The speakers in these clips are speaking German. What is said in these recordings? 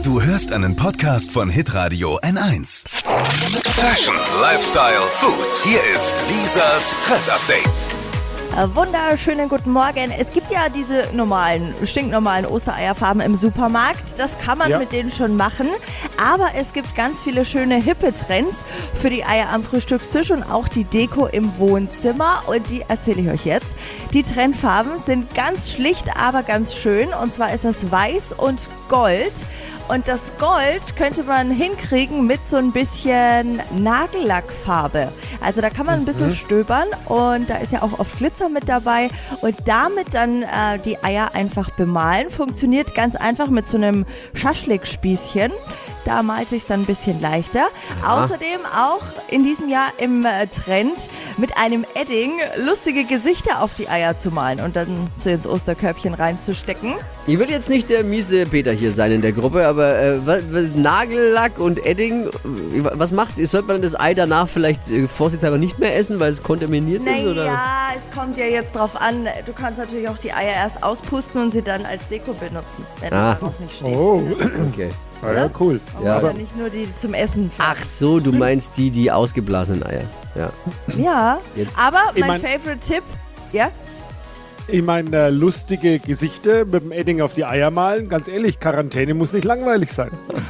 Du hörst einen Podcast von Hitradio N1. Fashion, Lifestyle, Food. Hier ist Lisas Trend Update. Wunderschönen guten Morgen. Es gibt ja diese stinknormalen Ostereierfarben im Supermarkt. Das kann man mit denen schon machen. Aber es gibt ganz viele schöne, hippe Trends für die Eier am Frühstückstisch und auch die Deko im Wohnzimmer. Und die erzähle ich euch jetzt. Die Trendfarben sind ganz schlicht, aber ganz schön. Und zwar ist das Weiß und Gold. Und das Gold könnte man hinkriegen mit so ein bisschen Nagellackfarbe. Also da kann man ein bisschen stöbern und da ist ja auch oft Glitzer mit dabei. Und damit dann die Eier einfach bemalen. Funktioniert ganz einfach mit so einem Schaschlik-Spießchen. Da malt sich dann ein bisschen leichter. Ja. Außerdem auch in diesem Jahr im Trend mit einem Edding lustige Gesichter auf die Eier zu malen und dann so ins Osterkörbchen reinzustecken. Ich will jetzt nicht der miese Peter hier sein in der Gruppe, aber Nagellack und Edding, was macht? Sollte man das Ei danach vielleicht vorsichtshalber nicht mehr essen, weil es kontaminiert ist? Oder? Naja, es kommt ja jetzt drauf an. Du kannst natürlich auch die Eier erst auspusten und sie dann als Deko benutzen, wenn das noch nicht steht. Oh, okay. Ja, cool. Ja. Aber nicht nur die zum Essen. Ach so, du meinst die ausgeblasenen Eier. Ja, jetzt. Aber mein Favorite-Tipp, Ich meine, lustige Gesichter mit dem Edding auf die Eier malen. Ganz ehrlich, Quarantäne muss nicht langweilig sein.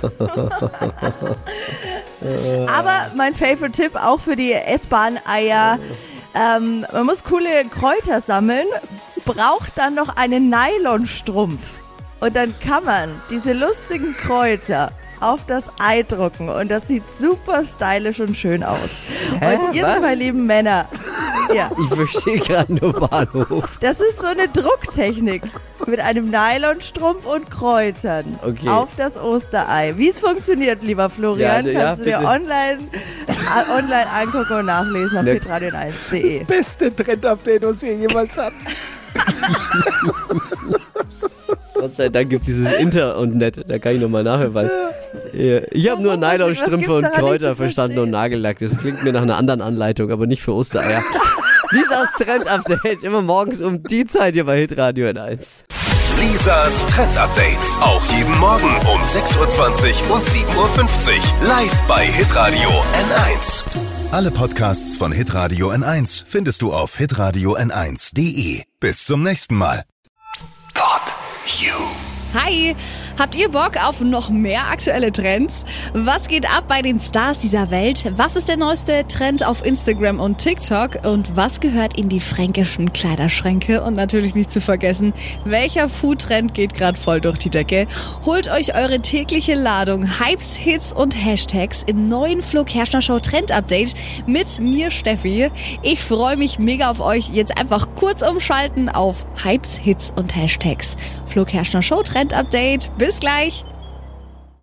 Aber mein Favorite-Tipp auch für die S-Bahn-Eier. Man muss coole Kräuter sammeln, braucht dann noch einen Nylonstrumpf. Und dann kann man diese lustigen Kräuter auf das Ei drucken. Und das sieht super stylisch und schön aus. Und ihr zwei lieben Männer. Ja. Ich verstehe gerade nur Bahnhof. Das ist so eine Drucktechnik mit einem Nylonstrumpf und Kräutern auf das Osterei. Wie es funktioniert, lieber Florian, kannst du dir online angucken und nachlesen auf hitradio1.de. Das beste Trend-Update, was wir jemals hatten. Gott sei Dank gibt es dieses Inter und Net, da kann ich nochmal nachhören, weil ich habe nur Nylonstrümpfe und Kräuter verstanden und Nagellack. Das klingt mir nach einer anderen Anleitung, aber nicht für Ostereier. Lisas Trend-Update, immer morgens um die Zeit hier bei Hitradio N1. Lisas Trend Update, auch jeden Morgen um 6.20 Uhr und 7.50 Uhr. Live bei Hitradio N1. Alle Podcasts von Hitradio N1 findest du auf hitradio n1.de. Bis zum nächsten Mal. Hi, habt ihr Bock auf noch mehr aktuelle Trends? Was geht ab bei den Stars dieser Welt? Was ist der neueste Trend auf Instagram und TikTok? Und was gehört in die fränkischen Kleiderschränke? Und natürlich nicht zu vergessen, welcher Food-Trend geht gerade voll durch die Decke? Holt euch eure tägliche Ladung Hypes, Hits und Hashtags im neuen Flo Kerschner Show Trend Update mit mir, Steffi. Ich freue mich mega auf euch. Jetzt einfach kurz umschalten auf Hypes, Hits und Hashtags. Flo Kerschner Show Trend Update. Bis gleich.